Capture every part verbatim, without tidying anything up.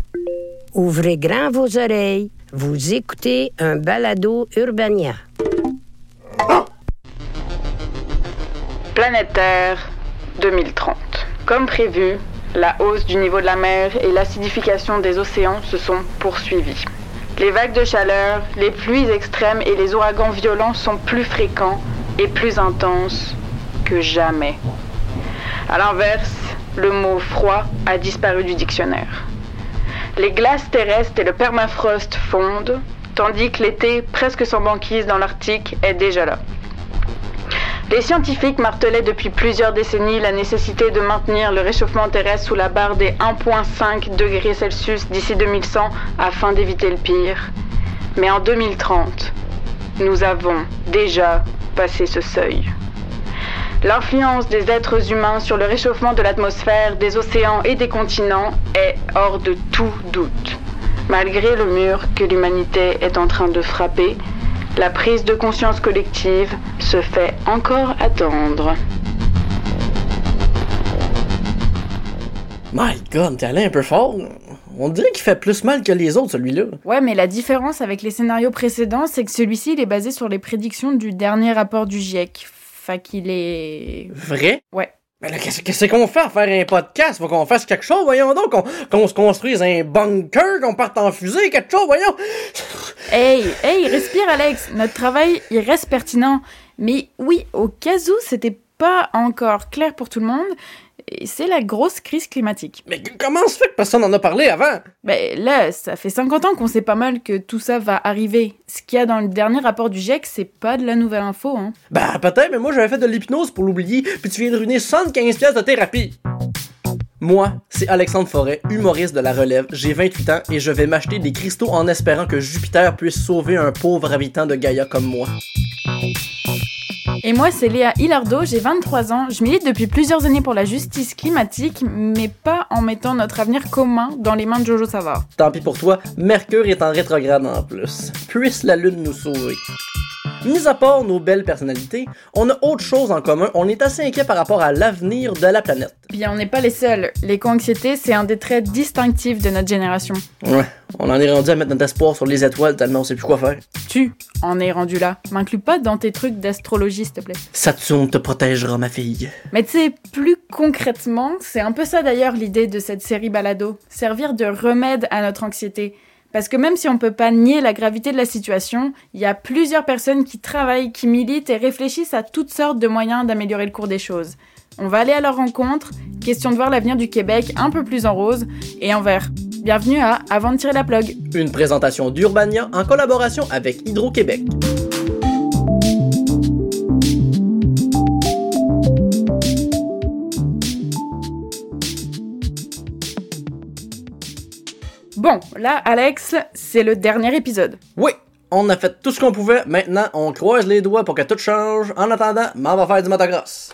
Ouvrez grand vos oreilles. Vous écoutez un balado Urbania. Planète Terre deux mille trente. Comme prévu, la hausse du niveau de la mer et l'acidification des océans se sont poursuivies. Les vagues de chaleur, les pluies extrêmes et les ouragans violents sont plus fréquents et plus intenses que jamais. À l'inverse, le mot froid a disparu du dictionnaire. Les glaces terrestres et le permafrost fondent, tandis que l'été, presque sans banquise dans l'Arctique, est déjà là. Les scientifiques martelaient depuis plusieurs décennies la nécessité de maintenir le réchauffement terrestre sous la barre des un virgule cinq degrés Celsius d'ici deux mille cent afin d'éviter le pire. Mais en deux mille trente, nous avons déjà passé ce seuil. L'influence des êtres humains sur le réchauffement de l'atmosphère, des océans et des continents est hors de tout doute. Malgré le mur que l'humanité est en train de frapper, la prise de conscience collective se fait encore attendre. My God, t'es allé un peu fort. On dirait qu'il fait plus mal que les autres, celui-là. Ouais, mais la différence avec les scénarios précédents, c'est que celui-ci, il est basé sur les prédictions du dernier rapport du GIEC. Fait qu'il est... Vrai? Ouais. Mais là, qu'est-ce, qu'est-ce qu'on fait à faire un podcast? Faut qu'on fasse quelque chose, voyons donc, qu'on, qu'on se construise un bunker, qu'on parte en fusée, quelque chose, voyons! Hey, hey, respire, Alex. Notre travail, il reste pertinent. Mais oui, au cas où c'était pas encore clair pour tout le monde, c'est la grosse crise climatique. Mais comment se fait que personne n'en a parlé avant? Ben là, ça fait cinquante ans qu'on sait pas mal que tout ça va arriver. Ce qu'il y a dans le dernier rapport du GIEC, c'est pas de la nouvelle info, hein. Ben peut-être, mais moi j'avais fait de l'hypnose pour l'oublier, puis tu viens de ruiner soixante-quinze pièces de thérapie. Moi, c'est Alexandre Forêt, humoriste de La Relève, j'ai vingt-huit ans et je vais m'acheter des cristaux en espérant que Jupiter puisse sauver un pauvre habitant de Gaïa comme moi. Et moi, c'est Léa Hilardo, j'ai vingt-trois ans, je milite depuis plusieurs années pour la justice climatique, mais pas en mettant notre avenir commun dans les mains de Jojo Savard. Tant pis pour toi, Mercure est en rétrograde en plus. Puisse la Lune nous sauver. Mis à part nos belles personnalités, on a autre chose en commun, on est assez inquiet par rapport à l'avenir de la planète. Bien, on n'est pas les seuls. L'éco-anxiété, c'est un des traits distinctifs de notre génération. Ouais, on en est rendu à mettre notre espoir sur les étoiles tellement on sait plus quoi faire. Tu en es rendu là. M'inclus pas dans tes trucs d'astrologie, s'il te plaît. Saturne te protégera, ma fille. Mais tu sais, plus concrètement, c'est un peu ça d'ailleurs l'idée de cette série balado. Servir de remède à notre anxiété. Parce que même si on peut pas nier la gravité de la situation, il y a plusieurs personnes qui travaillent, qui militent et réfléchissent à toutes sortes de moyens d'améliorer le cours des choses. On va aller à leur rencontre, question de voir l'avenir du Québec un peu plus en rose et en vert. Bienvenue à Avant de tirer la plug. Une présentation d'Urbania en collaboration avec Hydro-Québec. Bon, là, Alex, c'est le dernier épisode. Oui, on a fait tout ce qu'on pouvait. Maintenant, on croise les doigts pour que tout change. En attendant, m'en va faire du motocross.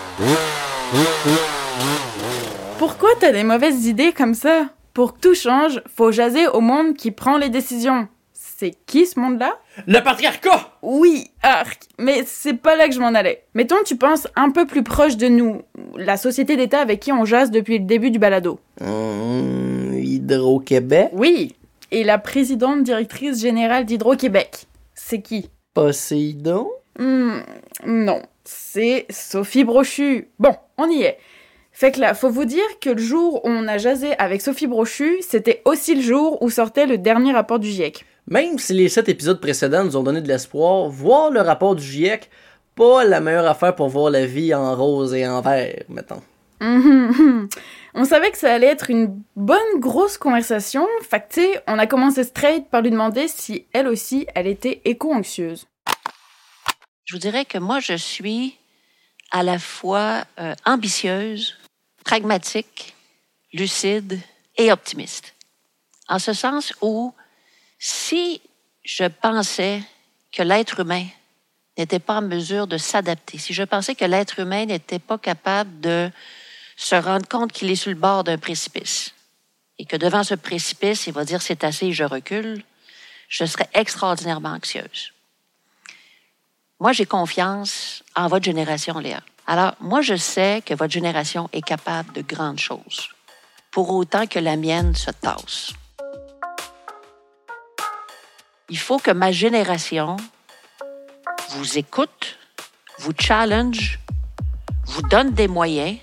Pourquoi t'as des mauvaises idées comme ça? Pour que tout change, faut jaser au monde qui prend les décisions. C'est qui ce monde-là? Le patriarcat! Oui, arc, mais c'est pas là que je m'en allais. Mettons, tu penses un peu plus proche de nous, la société d'État avec qui on jase depuis le début du balado. Hum, Hydro-Québec? Oui, et la présidente directrice générale d'Hydro-Québec. C'est qui? Poséidon? Hmm, non, c'est Sophie Brochu. Bon, on y est. Fait que là, faut vous dire que le jour où on a jasé avec Sophie Brochu, c'était aussi le jour où sortait le dernier rapport du GIEC. Même si les sept épisodes précédents nous ont donné de l'espoir, voir le rapport du GIEC, pas la meilleure affaire pour voir la vie en rose et en vert, mettons. Mm-hmm. On savait que ça allait être une bonne grosse conversation, fait que tu sais, on a commencé straight par lui demander si elle aussi, elle était éco-anxieuse. Je vous dirais que moi, je suis à la fois euh, ambitieuse, pragmatique, lucide et optimiste. En ce sens où, si je pensais que l'être humain n'était pas en mesure de s'adapter, si je pensais que l'être humain n'était pas capable de se rendre compte qu'il est sur le bord d'un précipice et que devant ce précipice, il va dire « c'est assez, je recule », je serais extraordinairement anxieuse. Moi, j'ai confiance en votre génération, Léa. Alors, moi, je sais que votre génération est capable de grandes choses. pour autant que la mienne se tasse. Il faut que ma génération vous écoute, vous challenge, vous donne des moyens,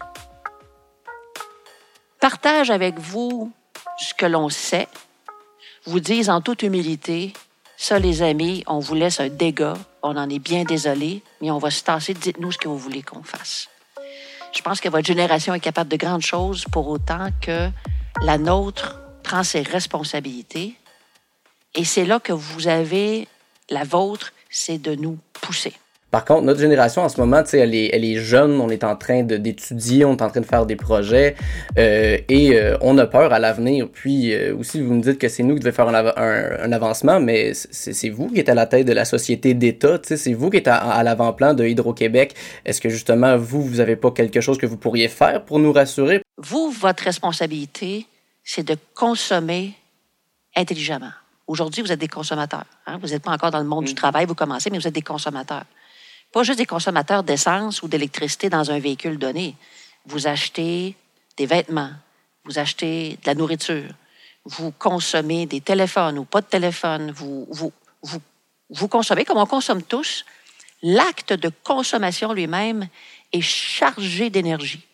partage avec vous ce que l'on sait, vous dise en toute humilité, ça les amis, on vous laisse un dégât, on en est bien désolé, mais on va se tasser, dites-nous ce que vous voulez qu'on fasse. Je pense que votre génération est capable de grandes choses pour autant que la nôtre prend ses responsabilités. Et c'est là que vous avez, la vôtre, c'est de nous pousser. Par contre, notre génération, en ce moment, tu sais, elle est, elle est jeune, on est en train de, d'étudier, on est en train de faire des projets, euh, et euh, on a peur à l'avenir. Puis euh, aussi, vous me dites que c'est nous qui devons faire un, av- un, un avancement, mais c'est, c'est vous qui êtes à la tête de la société d'État, tu sais, c'est vous qui êtes à, à l'avant-plan de Hydro-Québec. Est-ce que justement, vous, vous avez pas quelque chose que vous pourriez faire pour nous rassurer? Vous, votre responsabilité, c'est de consommer intelligemment. Aujourd'hui, vous êtes des consommateurs. Hein? Vous n'êtes pas encore dans le monde mmh. du travail, vous commencez, mais vous êtes des consommateurs. Pas juste des consommateurs d'essence ou d'électricité dans un véhicule donné. Vous achetez des vêtements, vous achetez de la nourriture, vous consommez des téléphones ou pas de téléphone, vous, vous, vous, vous consommez comme on consomme tous. L'acte de consommation lui-même est chargé d'énergie.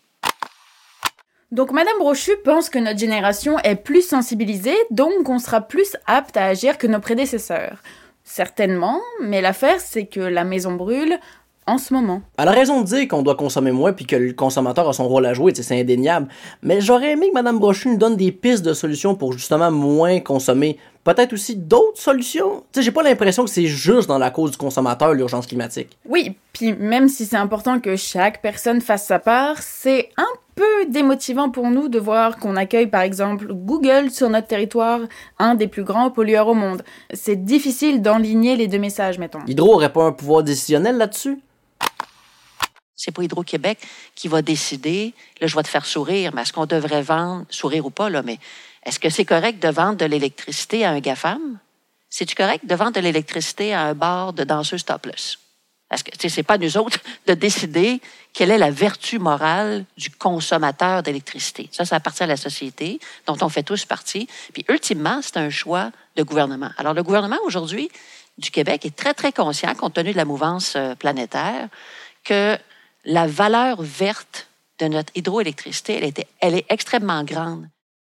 Donc Madame Brochu pense que notre génération est plus sensibilisée, donc on sera plus apte à agir que nos prédécesseurs. Certainement, mais l'affaire, c'est que la maison brûle en ce moment. Elle a raison de dire qu'on doit consommer moins puis que le consommateur a son rôle à jouer, c'est indéniable. Mais j'aurais aimé que Mme Brochu nous donne des pistes de solutions pour justement moins consommer. Peut-être aussi d'autres solutions. Tu sais, j'ai pas l'impression que c'est juste dans la cause du consommateur, l'urgence climatique. Oui, puis même si c'est important que chaque personne fasse sa part, c'est un peu démotivant pour nous de voir qu'on accueille par exemple Google sur notre territoire, un des plus grands pollueurs au monde. C'est difficile d'enligner les deux messages, mettons. Hydro aurait pas un pouvoir décisionnel là-dessus? C'est pas Hydro-Québec qui va décider, là, je vais te faire sourire, mais est-ce qu'on devrait vendre, sourire ou pas, là, mais est-ce que c'est correct de vendre de l'électricité à un GAFAM? C'est-tu correct de vendre de l'électricité à un bar de danseuses topless? Est-ce que, tu sais, c'est pas nous autres de décider quelle est la vertu morale du consommateur d'électricité. Ça, ça appartient à la société, dont on fait tous partie. Puis, ultimement, c'est un choix de gouvernement. Alors, le gouvernement, aujourd'hui, du Québec est très, très conscient, compte tenu de la mouvance planétaire, que la valeur verte de notre hydroélectricité, elle, était, elle est extrêmement grande.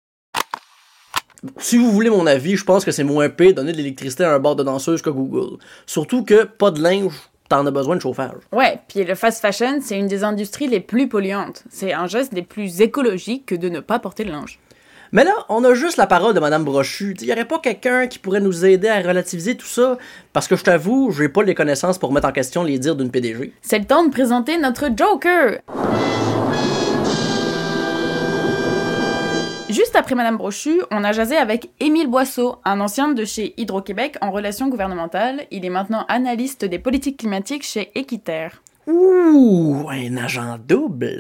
Si vous voulez mon avis, je pense que c'est moins pire de donner de l'électricité à un bar de danseuse que Google. Surtout que pas de linge, t'en as besoin de chauffage. Ouais, puis le fast fashion, c'est une des industries les plus polluantes. C'est un geste des plus écologiques que de ne pas porter de linge. Mais là, on a juste la parole de Mme Brochu. Il n'y aurait pas quelqu'un qui pourrait nous aider à relativiser tout ça? Parce que je t'avoue, j'ai pas les connaissances pour mettre en question les dires d'une P D G. C'est le temps de présenter notre Joker! Juste après Madame Brochu, on a jasé avec Émile Boisseau, un ancien de chez Hydro-Québec en relations gouvernementales. Il est maintenant analyste des politiques climatiques chez Équiterre. Ouh, un agent double!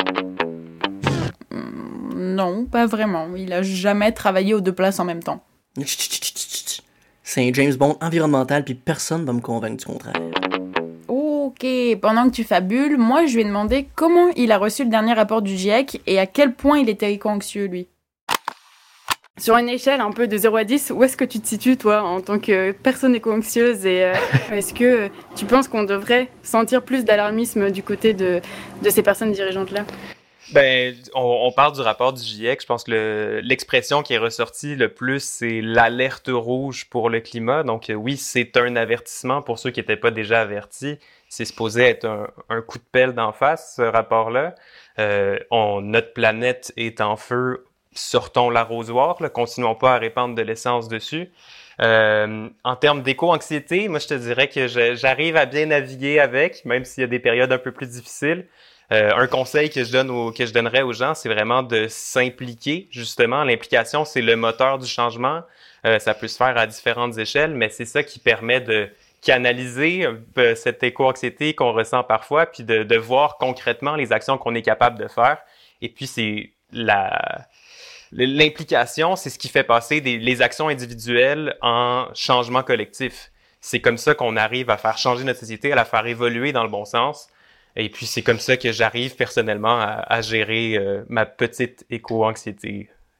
Non, pas vraiment. Il a jamais travaillé aux deux places en même temps. C'est un James Bond environnemental, puis personne va me convaincre du contraire. Ok, pendant que tu fabules, moi je lui ai demandé comment il a reçu le dernier rapport du GIEC et à quel point il était éco-anxieux, lui. Sur une échelle un peu de zéro à dix, où est-ce que tu te situes, toi, en tant que personne éco-anxieuse et euh, est-ce que tu penses qu'on devrait sentir plus d'alarmisme du côté de, de ces personnes dirigeantes-là? Ben, on, on parle du rapport du GIEC. Je pense que le, l'expression qui est ressortie le plus, c'est l'alerte rouge pour le climat. Donc oui, c'est un avertissement pour ceux qui n'étaient pas déjà avertis. C'est supposé être un, un coup de pelle d'en face, ce rapport-là. Euh, on, notre planète est en feu. Sortons l'arrosoir, là, continuons pas à répandre de l'essence dessus. Euh, en termes d'éco-anxiété, moi je te dirais que je, j'arrive à bien naviguer avec, même s'il y a des périodes un peu plus difficiles. Euh, un conseil que je donne aux, que je donnerais aux gens, c'est vraiment de s'impliquer. Justement, l'implication, c'est le moteur du changement. Euh, ça peut se faire à différentes échelles, mais c'est ça qui permet de canaliser euh, cette éco-anxiété qu'on ressent parfois, puis de, de voir concrètement les actions qu'on est capable de faire. Et puis, c'est la... l'implication, c'est ce qui fait passer des, les actions individuelles en changement collectif. C'est comme ça qu'on arrive à faire changer notre société, à la faire évoluer dans le bon sens. Et puis, c'est comme ça que j'arrive personnellement à, à gérer euh, ma petite éco-anxiété.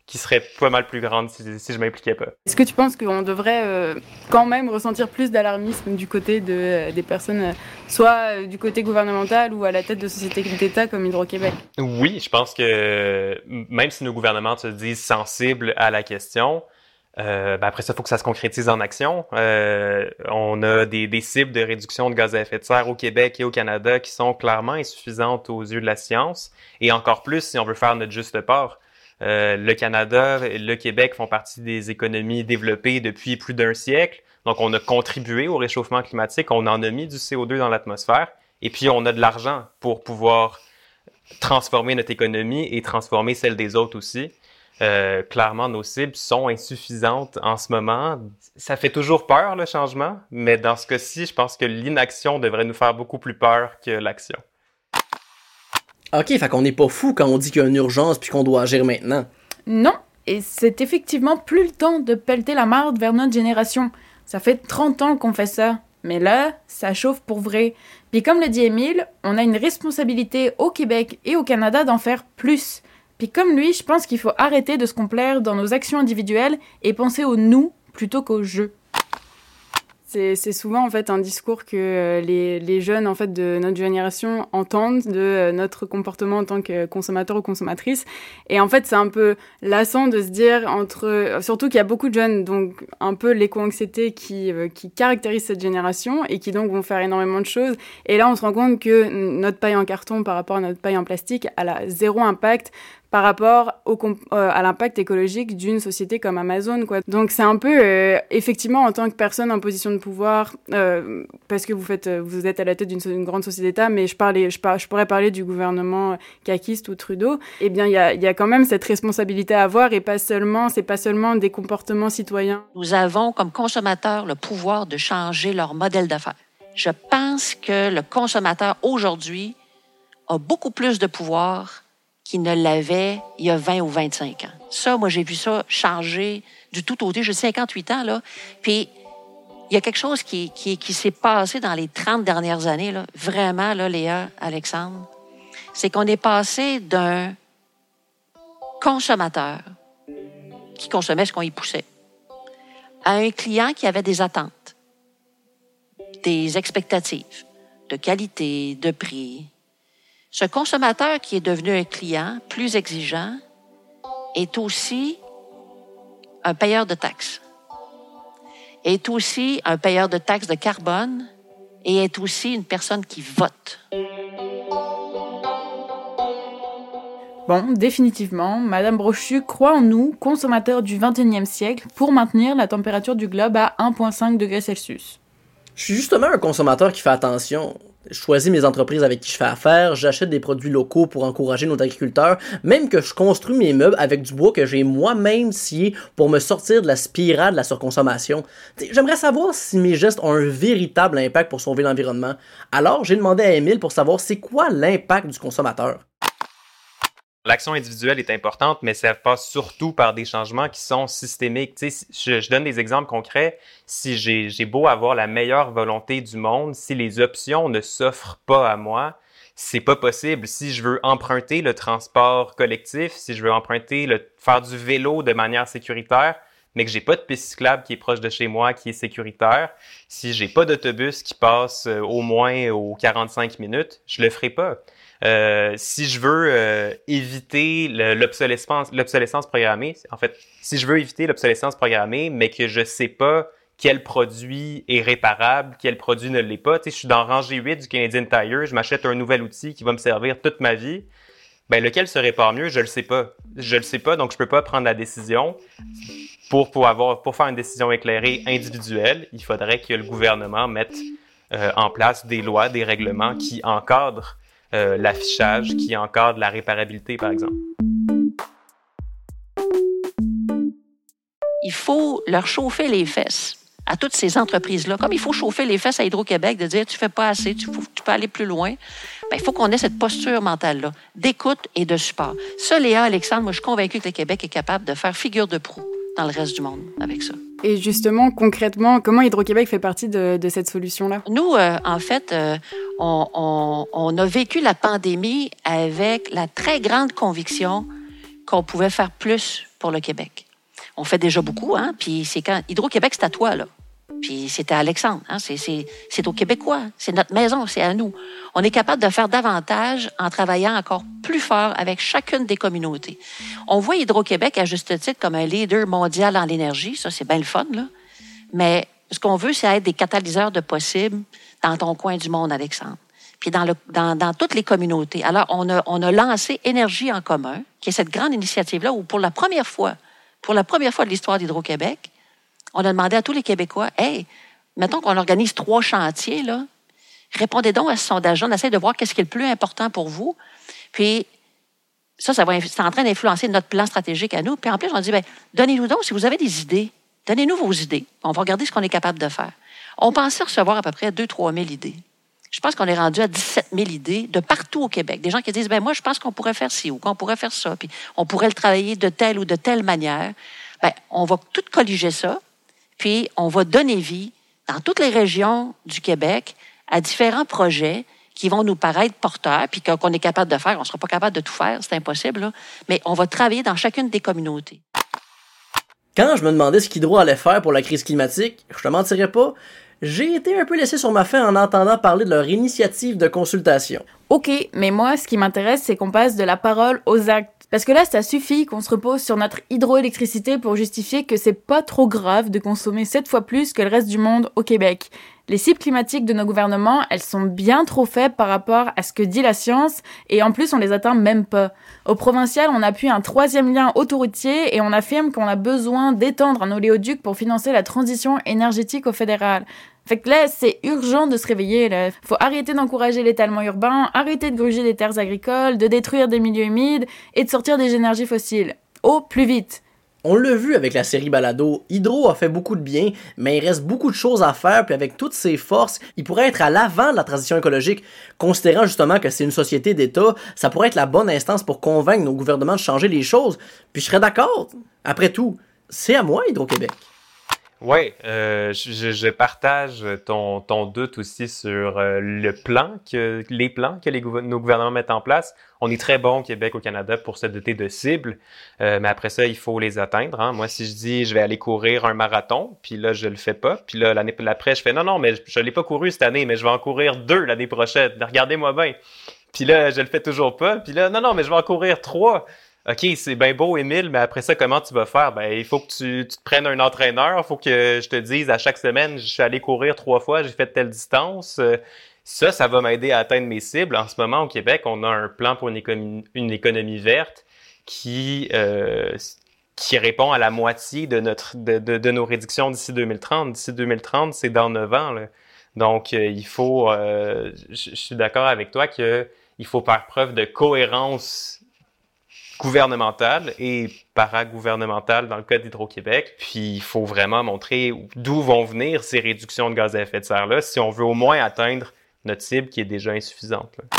qui serait pas mal plus grande si, si je m'impliquais pas. Est-ce que tu penses qu'on devrait euh, quand même ressentir plus d'alarmisme du côté de, euh, des personnes, euh, soit euh, du côté gouvernemental ou à la tête de sociétés d'État comme Hydro-Québec? Oui, je pense que même si nos gouvernements se disent sensibles à la question, Euh, ben après ça, il faut que ça se concrétise en action. Euh, on a des, des cibles de réduction de gaz à effet de serre au Québec et au Canada qui sont clairement insuffisantes aux yeux de la science, et encore plus si on veut faire notre juste part. Euh, le Canada et le Québec font partie des économies développées depuis plus d'un siècle, donc on a contribué au réchauffement climatique, on en a mis du C O deux dans l'atmosphère, et puis on a de l'argent pour pouvoir transformer notre économie et transformer celle des autres aussi. Euh, clairement, nos cibles sont insuffisantes en ce moment. Ça fait toujours peur, le changement, mais dans ce cas-ci, je pense que l'inaction devrait nous faire beaucoup plus peur que l'action. Ok, fait qu'on n'est pas fou quand on dit qu'il y a une urgence puis qu'on doit agir maintenant. Non, et c'est effectivement plus le temps de pelleter la marde vers notre génération. Ça fait trente ans qu'on fait ça, mais là, ça chauffe pour vrai. Puis comme le dit Émile, on a une responsabilité au Québec et au Canada d'en faire plus. Puis comme lui, je pense qu'il faut arrêter de se complaire dans nos actions individuelles et penser au nous plutôt qu'au je. C'est, c'est souvent en fait un discours que euh, les, les jeunes en fait de notre génération entendent de euh, notre comportement en tant que consommateur ou consommatrice. Et en fait, c'est un peu lassant de se dire entre, euh, surtout qu'il y a beaucoup de jeunes, donc un peu l'éco-anxiété qui euh, qui caractérise cette génération et qui donc vont faire énormément de choses. Et là, on se rend compte que notre paille en carton par rapport à notre paille en plastique, elle a zéro impact par rapport au comp- euh, à l'impact écologique d'une société comme Amazon, quoi. Donc c'est un peu, euh, effectivement, en tant que personne en position de pouvoir, euh, parce que vous faites, vous êtes à la tête d'une, so- d'une grande société d'État, mais je parlais, je, par- je pourrais parler du gouvernement caquiste ou Trudeau. Eh bien, il y a, il y a quand même cette responsabilité à avoir, et pas seulement, c'est pas seulement des comportements citoyens. Nous avons, comme consommateurs, le pouvoir de changer leur modèle d'affaires. Je pense que le consommateur, aujourd'hui, a beaucoup plus de pouvoir qu'il ne l'avait il y a vingt ou vingt-cinq ans. Ça, moi, j'ai vu ça changer du tout au tout. J'ai cinquante-huit ans, là. Puis, il y a quelque chose qui, qui, qui s'est passé dans les trente dernières années, là. Vraiment, là, Léa, Alexandre. C'est qu'on est passé d'un consommateur qui consommait ce qu'on y poussait à un client qui avait des attentes, des expectatives de qualité, de prix. Ce consommateur qui est devenu un client plus exigeant est aussi un payeur de taxes, est aussi un payeur de taxes de carbone et est aussi une personne qui vote. Bon, définitivement, Madame Brochu croit en nous, consommateurs du vingt et unième siècle, pour maintenir la température du globe à un virgule cinq degrés Celsius. Je suis justement un consommateur qui fait attention. Je choisis mes entreprises avec qui je fais affaire, j'achète des produits locaux pour encourager nos agriculteurs, même que je construis mes meubles avec du bois que j'ai moi-même scié pour me sortir de la spirale de la surconsommation. T'sais, j'aimerais savoir si mes gestes ont un véritable impact pour sauver l'environnement. Alors, j'ai demandé à Émile pour savoir c'est quoi l'impact du consommateur. L'action individuelle est importante, mais ça passe surtout par des changements qui sont systémiques. Tu sais, je, je donne des exemples concrets. Si j'ai, j'ai beau avoir la meilleure volonté du monde, si les options ne s'offrent pas à moi, c'est pas possible. Si je veux emprunter le transport collectif, si je veux emprunter le faire du vélo de manière sécuritaire, mais que j'ai pas de piste cyclable qui est proche de chez moi, qui est sécuritaire, si j'ai pas d'autobus qui passe euh, au moins aux quarante-cinq minutes, je le ferai pas. Euh, si je veux euh, éviter le, l'obsolescence, l'obsolescence programmée, en fait, si je veux éviter l'obsolescence programmée, mais que je sais pas quel produit est réparable, quel produit ne l'est pas, tu sais, je suis dans rangée huit du Canadian Tire, je m'achète un nouvel outil qui va me servir toute ma vie, ben lequel se répare mieux, je le sais pas. Je le sais pas, donc je peux pas prendre la décision. Pour, pour, avoir, pour faire une décision éclairée individuelle, il faudrait que le gouvernement mette euh, en place des lois, des règlements qui encadrent euh, l'affichage, qui encadrent la réparabilité, par exemple. Il faut leur chauffer les fesses à toutes ces entreprises-là. Comme il faut chauffer les fesses à Hydro-Québec, de dire « tu fais pas assez, tu, faut, tu peux aller plus loin », ben, il faut qu'on ait cette posture mentale-là, d'écoute et de support. Ça, Léa, Alexandre, moi, je suis convaincue que le Québec est capable de faire figure de proue dans le reste du monde avec ça. Et justement, concrètement, comment Hydro-Québec fait partie de, de cette solution-là? Nous, euh, en fait, euh, on, on, on a vécu la pandémie avec la très grande conviction qu'on pouvait faire plus pour le Québec. On fait déjà beaucoup, hein, puis c'est quand... Hydro-Québec, c'est à toi, là. Puis c'était à Alexandre, hein, c'est, c'est, c'est aux Québécois, c'est notre maison, c'est à nous. On est capable de faire davantage en travaillant encore plus fort avec chacune des communautés. On voit Hydro-Québec, à juste titre, comme un leader mondial en l'énergie, ça c'est bien le fun, là. Mais ce qu'on veut, c'est être des catalyseurs de possibles dans ton coin du monde, Alexandre. Puis dans, le, dans, dans toutes les communautés. Alors, on a, on a lancé Énergie en commun, qui est cette grande initiative-là où, pour la première fois, pour la première fois de l'histoire d'Hydro-Québec, on a demandé à tous les Québécois, « Hey, mettons qu'on organise trois chantiers, là, répondez donc à ce sondage-là, on essaie de voir qu'est-ce qui est le plus important pour vous. » Puis ça, ça va, c'est en train d'influencer notre plan stratégique à nous. Puis en plus, on dit, ben, donnez-nous donc, si vous avez des idées, donnez-nous vos idées. On va regarder ce qu'on est capable de faire. On pensait recevoir à peu près deux à trois mille idées. Je pense qu'on est rendu à dix-sept mille idées de partout au Québec. Des gens qui disent, ben moi, je pense qu'on pourrait faire ci ou qu'on pourrait faire ça, puis on pourrait le travailler de telle ou de telle manière. Ben, on va tout colliger ça, puis on va donner vie dans toutes les régions du Québec à différents projets qui vont nous paraître porteurs, puis qu'on est capable de faire. On ne sera pas capable de tout faire, c'est impossible, là. Mais on va travailler dans chacune des communautés. Quand je me demandais ce qu'Hydro allait faire pour la crise climatique, je te mentirais pas, j'ai été un peu laissé sur ma faim en entendant parler de leur initiative de consultation. OK, mais moi, ce qui m'intéresse, c'est qu'on passe de la parole aux actes. Parce que là, ça suffit qu'on se repose sur notre hydroélectricité pour justifier que c'est pas trop grave de consommer sept fois plus que le reste du monde au Québec. Les cibles climatiques de nos gouvernements, elles sont bien trop faibles par rapport à ce que dit la science, et en plus, on les atteint même pas. Au provincial, on appuie un troisième lien autoroutier et on affirme qu'on a besoin d'étendre un oléoduc pour financer la transition énergétique au fédéral. Fait que là, c'est urgent de se réveiller, là. Faut arrêter d'encourager l'étalement urbain, arrêter de gruger des terres agricoles, de détruire des milieux humides et de sortir des énergies fossiles. Au plus vite. On l'a vu avec la série Balado, Hydro a fait beaucoup de bien, mais il reste beaucoup de choses à faire, puis avec toutes ses forces, il pourrait être à l'avant de la transition écologique. Considérant justement que c'est une société d'État, ça pourrait être la bonne instance pour convaincre nos gouvernements de changer les choses. Puis je serais d'accord. Après tout, c'est à moi, Hydro-Québec. Oui, euh, je, je partage ton, ton doute aussi sur euh, le plan, que les plans que les gouver- nos gouvernements mettent en place. On est très bon au Québec, au Canada, pour se doter de cibles, euh, mais après ça, il faut les atteindre. Hein. Moi, si je dis je vais aller courir un marathon, puis là, je le fais pas, puis là, l'année après, je fais non, non, mais je, je l'ai pas couru cette année, mais je vais en courir deux l'année prochaine. Regardez-moi bien. Puis là, je le fais toujours pas, puis là, non, non, mais je vais en courir trois. OK, c'est bien beau, Émile, mais après ça, comment tu vas faire? Ben, il faut que tu, tu te prennes un entraîneur. Il faut que je te dise à chaque semaine, je suis allé courir trois fois, j'ai fait telle distance. Ça, ça va m'aider à atteindre mes cibles. En ce moment, au Québec, on a un plan pour une économie, une économie verte qui, euh, qui répond à la moitié de, notre, de, de, de nos réductions d'ici deux mille trente. D'ici deux mille trente, c'est dans neuf ans, là. Donc, euh, il faut... Euh, je, je suis d'accord avec toi qu'il faut faire preuve de cohérence gouvernementale et paragouvernementale dans le cas d'Hydro-Québec. Puis il faut vraiment montrer d'où vont venir ces réductions de gaz à effet de serre-là si on veut au moins atteindre notre cible qui est déjà insuffisante, là.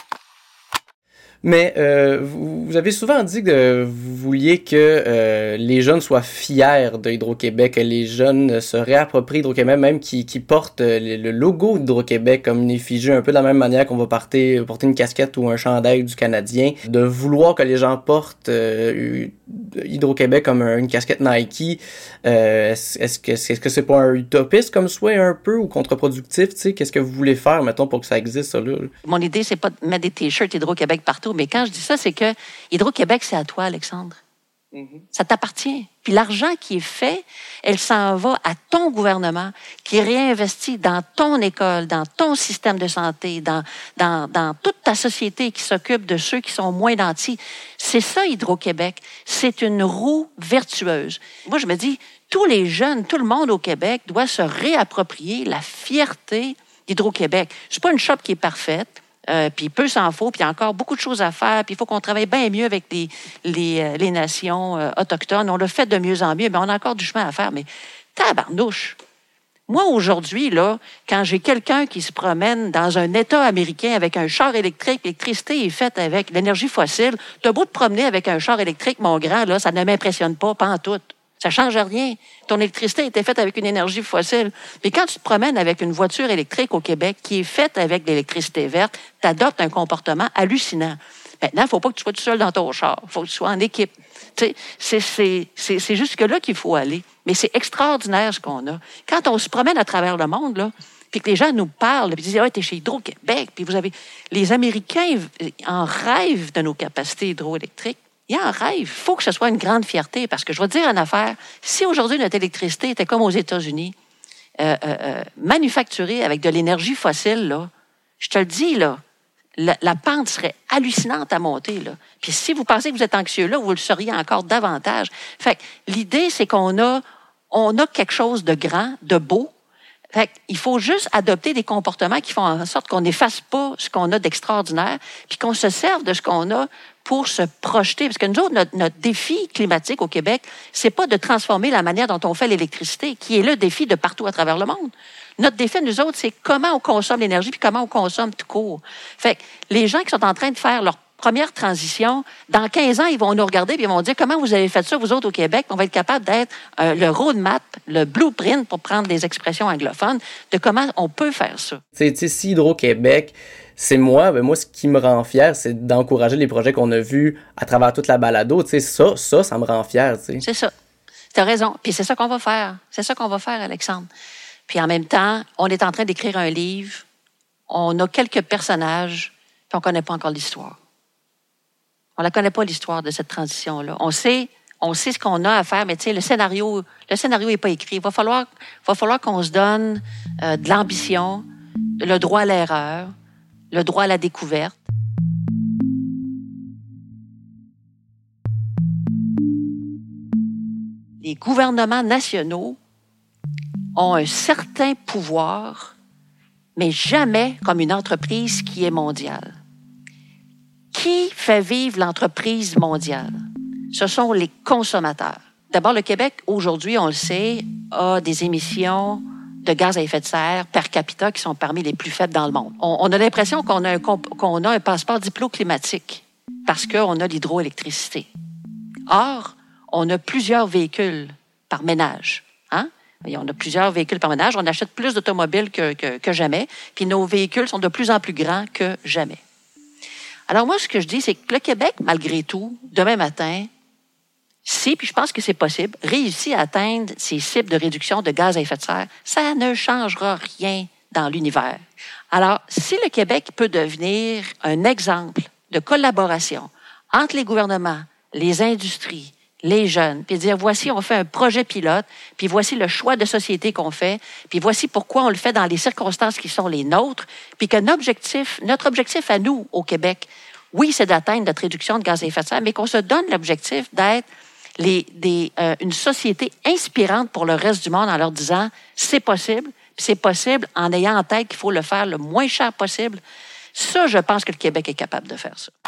Mais euh, vous, vous avez souvent dit que vous vouliez que euh, les jeunes soient fiers de Hydro-Québec, que les jeunes se réapproprient Hydro-Québec, même qui, qui portent le, le logo d'Hydro-Québec comme une effigie, un peu de la même manière qu'on va porter, porter une casquette ou un chandail du Canadien, de vouloir que les gens portent euh, Hydro-Québec comme un, une casquette Nike. Euh, est-ce, est-ce que est-ce que c'est pas un utopiste comme souhait un peu ou contre-productif, tu sais? Qu'est-ce que vous voulez faire, mettons, pour que ça existe, ça, là? Mon idée, c'est pas de mettre des t-shirts Hydro-Québec partout, mais quand je dis ça, c'est que Hydro-Québec, c'est à toi, Alexandre. Mm-hmm. Ça t'appartient. Puis l'argent qui est fait, elle s'en va à ton gouvernement, qui réinvestit dans ton école, dans ton système de santé, dans, dans, dans toute ta société qui s'occupe de ceux qui sont moins nantis. C'est ça, Hydro-Québec. C'est une roue vertueuse. Moi, je me dis, tous les jeunes, tout le monde au Québec doit se réapproprier la fierté d'Hydro-Québec. C'est pas une shop qui est parfaite. Euh, puis peu s'en faut, puis il y a encore beaucoup de choses à faire, puis il faut qu'on travaille bien mieux avec les, les, euh, les nations euh, autochtones. On le fait de mieux en mieux, mais on a encore du chemin à faire. Mais tabarnouche! Moi, aujourd'hui, là, quand j'ai quelqu'un qui se promène dans un État américain avec un char électrique, l'électricité est faite avec l'énergie fossile, t'as beau te promener avec un char électrique, mon grand, là, ça ne m'impressionne pas, pas en tout. Ça change rien. Ton électricité était faite avec une énergie fossile. Mais quand tu te promènes avec une voiture électrique au Québec qui est faite avec de l'électricité verte, tu adoptes un comportement hallucinant. Maintenant, il ne faut pas que tu sois tout seul dans ton char. Il faut que tu sois en équipe. Tu sais, c'est, c'est, c'est, c'est jusque-là qu'il faut aller. Mais c'est extraordinaire ce qu'on a. Quand on se promène à travers le monde, là, puis que les gens nous parlent, puis disent « Ah, t'es chez Hydro-Québec, puis vous avez... » Les Américains en rêvent de nos capacités hydroélectriques. Ils en rêvent. Il faut que ce soit une grande fierté, parce que je vais te dire une affaire. Si aujourd'hui notre électricité était comme aux États-Unis, euh, euh, euh, manufacturée avec de l'énergie fossile, là, je te le dis, là, la, la pente serait hallucinante à monter, là. Puis si vous pensez que vous êtes anxieux là, vous le seriez encore davantage. Fait que l'idée, c'est qu'on a, on a quelque chose de grand, de beau. Fait qu'il faut juste adopter des comportements qui font en sorte qu'on n'efface pas ce qu'on a d'extraordinaire, puis qu'on se serve de ce qu'on a pour se projeter. Parce que nous autres, notre, notre défi climatique au Québec, c'est pas de transformer la manière dont on fait l'électricité, qui est le défi de partout à travers le monde. Notre défi, nous autres, c'est comment on consomme l'énergie, puis comment on consomme tout court. Fait que les gens qui sont en train de faire leur première transition, dans quinze ans, ils vont nous regarder et ils vont dire comment vous avez fait ça, vous autres, au Québec. On va être capable d'être euh, le roadmap, le blueprint, pour prendre des expressions anglophones, de comment on peut faire ça. Tu sais, si Hydro-Québec, c'est moi, ben moi, ce qui me rend fier, c'est d'encourager les projets qu'on a vus à travers toute la balado. Tu sais, ça, ça, ça me rend fier, tu sais. C'est ça. Tu as raison. Puis c'est ça qu'on va faire. C'est ça qu'on va faire, Alexandre. Puis en même temps, on est en train d'écrire un livre. On a quelques personnages, puis on ne connaît pas encore l'histoire. On ne la connaît pas, l'histoire de cette transition-là. On sait, on sait ce qu'on a à faire, mais tu sais, le scénario le scénario n'est pas écrit. Il va falloir, va falloir qu'on se donne euh, de l'ambition, le droit à l'erreur, le droit à la découverte. Les gouvernements nationaux ont un certain pouvoir, mais jamais comme une entreprise qui est mondiale. Qui fait vivre l'entreprise mondiale? Ce sont les consommateurs. D'abord, le Québec, aujourd'hui, on le sait, a des émissions de gaz à effet de serre per capita qui sont parmi les plus faibles dans le monde. On, on a l'impression qu'on a un, qu'on a un passeport diploclimatique parce qu'on a l'hydroélectricité. Or, on a plusieurs véhicules par ménage. Hein? Et on a plusieurs véhicules par ménage. On achète plus d'automobiles que, que, que jamais. Puis nos véhicules sont de plus en plus grands que jamais. Alors moi, ce que je dis, c'est que le Québec, malgré tout, demain matin, si, puis je pense que c'est possible, réussit à atteindre ses cibles de réduction de gaz à effet de serre, ça ne changera rien dans l'univers. Alors, si le Québec peut devenir un exemple de collaboration entre les gouvernements, les industries, les jeunes, puis dire, voici, on fait un projet pilote, puis voici le choix de société qu'on fait, puis voici pourquoi on le fait dans les circonstances qui sont les nôtres, puis que notre objectif, notre objectif à nous, au Québec, oui, c'est d'atteindre notre réduction de gaz à effet de serre, mais qu'on se donne l'objectif d'être les, des, euh, une société inspirante pour le reste du monde en leur disant, c'est possible, puis c'est possible en ayant en tête qu'il faut le faire le moins cher possible. Ça, je pense que le Québec est capable de faire ça.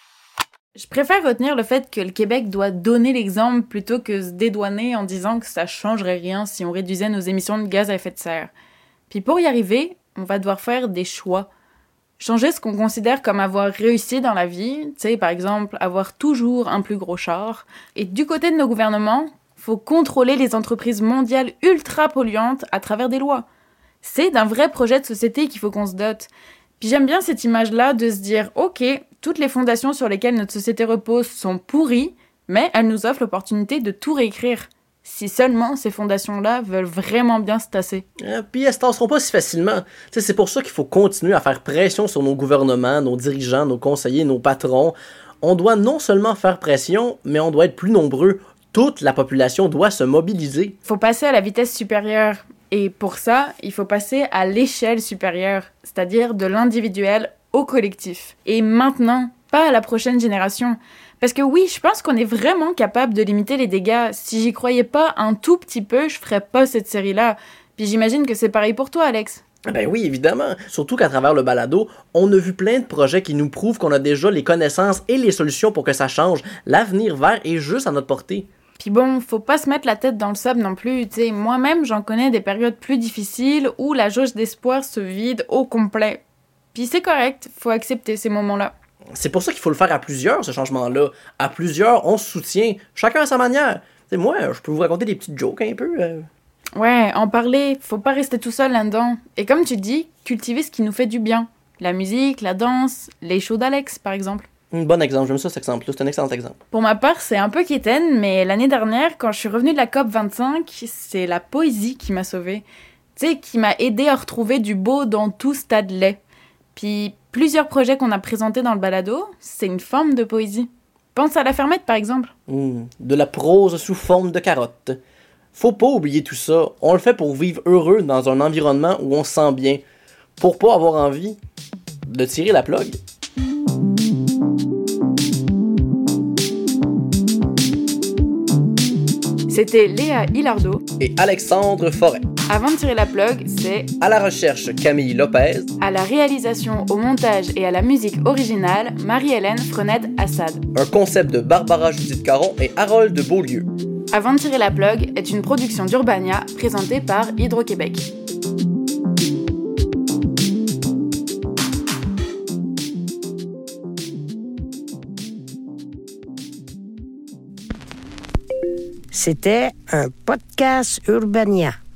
Je préfère retenir le fait que le Québec doit donner l'exemple plutôt que se dédouaner en disant que ça changerait rien si on réduisait nos émissions de gaz à effet de serre. Puis pour y arriver, on va devoir faire des choix. Changer ce qu'on considère comme avoir réussi dans la vie, tu sais, par exemple, avoir toujours un plus gros char. Et du côté de nos gouvernements, faut contrôler les entreprises mondiales ultra polluantes à travers des lois. C'est d'un vrai projet de société qu'il faut qu'on se dote. Puis j'aime bien cette image-là de se dire, ok, toutes les fondations sur lesquelles notre société repose sont pourries, mais elles nous offrent l'opportunité de tout réécrire. Si seulement ces fondations-là veulent vraiment bien se tasser. Euh, puis elles se tasseront pas si facilement. T'sais, c'est pour ça qu'il faut continuer à faire pression sur nos gouvernements, nos dirigeants, nos conseillers, nos patrons. On doit non seulement faire pression, mais on doit être plus nombreux. Toute la population doit se mobiliser. Faut passer à la vitesse supérieure. Et pour ça, il faut passer à l'échelle supérieure, c'est-à-dire de l'individuel au collectif. Et maintenant, pas à la prochaine génération. Parce que oui, je pense qu'on est vraiment capable de limiter les dégâts. Si j'y croyais pas un tout petit peu, je ferais pas cette série-là. Puis j'imagine que c'est pareil pour toi, Alex. Ben oui, évidemment. Surtout qu'à travers le balado, on a vu plein de projets qui nous prouvent qu'on a déjà les connaissances et les solutions pour que ça change. L'avenir vert est juste à notre portée. Puis bon, faut pas se mettre la tête dans le sable non plus, tu sais. Moi-même, j'en connais des périodes plus difficiles où la jauge d'espoir se vide au complet. Puis c'est correct, faut accepter ces moments-là. C'est pour ça qu'il faut le faire à plusieurs, ce changement-là. À plusieurs, on se soutient, chacun à sa manière. T'sais, moi, je peux vous raconter des petites jokes un peu. Euh... Ouais, en parler, faut pas rester tout seul là-dedans. Et comme tu dis, cultiver ce qui nous fait du bien. La musique, la danse, les shows d'Alex, par exemple. Un bon exemple, j'aime ça cet exemple-là, c'est un excellent exemple. Pour ma part, c'est un peu quétaine, mais l'année dernière, quand je suis revenue de la COP vingt-cinq, c'est la poésie qui m'a sauvée. Tu sais, qui m'a aidée à retrouver du beau dans tout stade laid. Puis plusieurs projets qu'on a présentés dans le balado, c'est une forme de poésie. Pense à la fermette, par exemple. Mmh, de la prose sous forme de carotte. Faut pas oublier tout ça. On le fait pour vivre heureux dans un environnement où on se sent bien. Pour pas avoir envie de tirer la plug. C'était Léa Hilardo et Alexandre Forêt. Avant de tirer la plug, c'est à la recherche Camille Lopez, à la réalisation, au montage et à la musique originale Marie-Hélène Frenette-Assad. Un concept de Barbara Judith Caron et Harold de Beaulieu. Avant de tirer la plug est une production d'Urbania présentée par Hydro-Québec. C'était un podcast Urbania.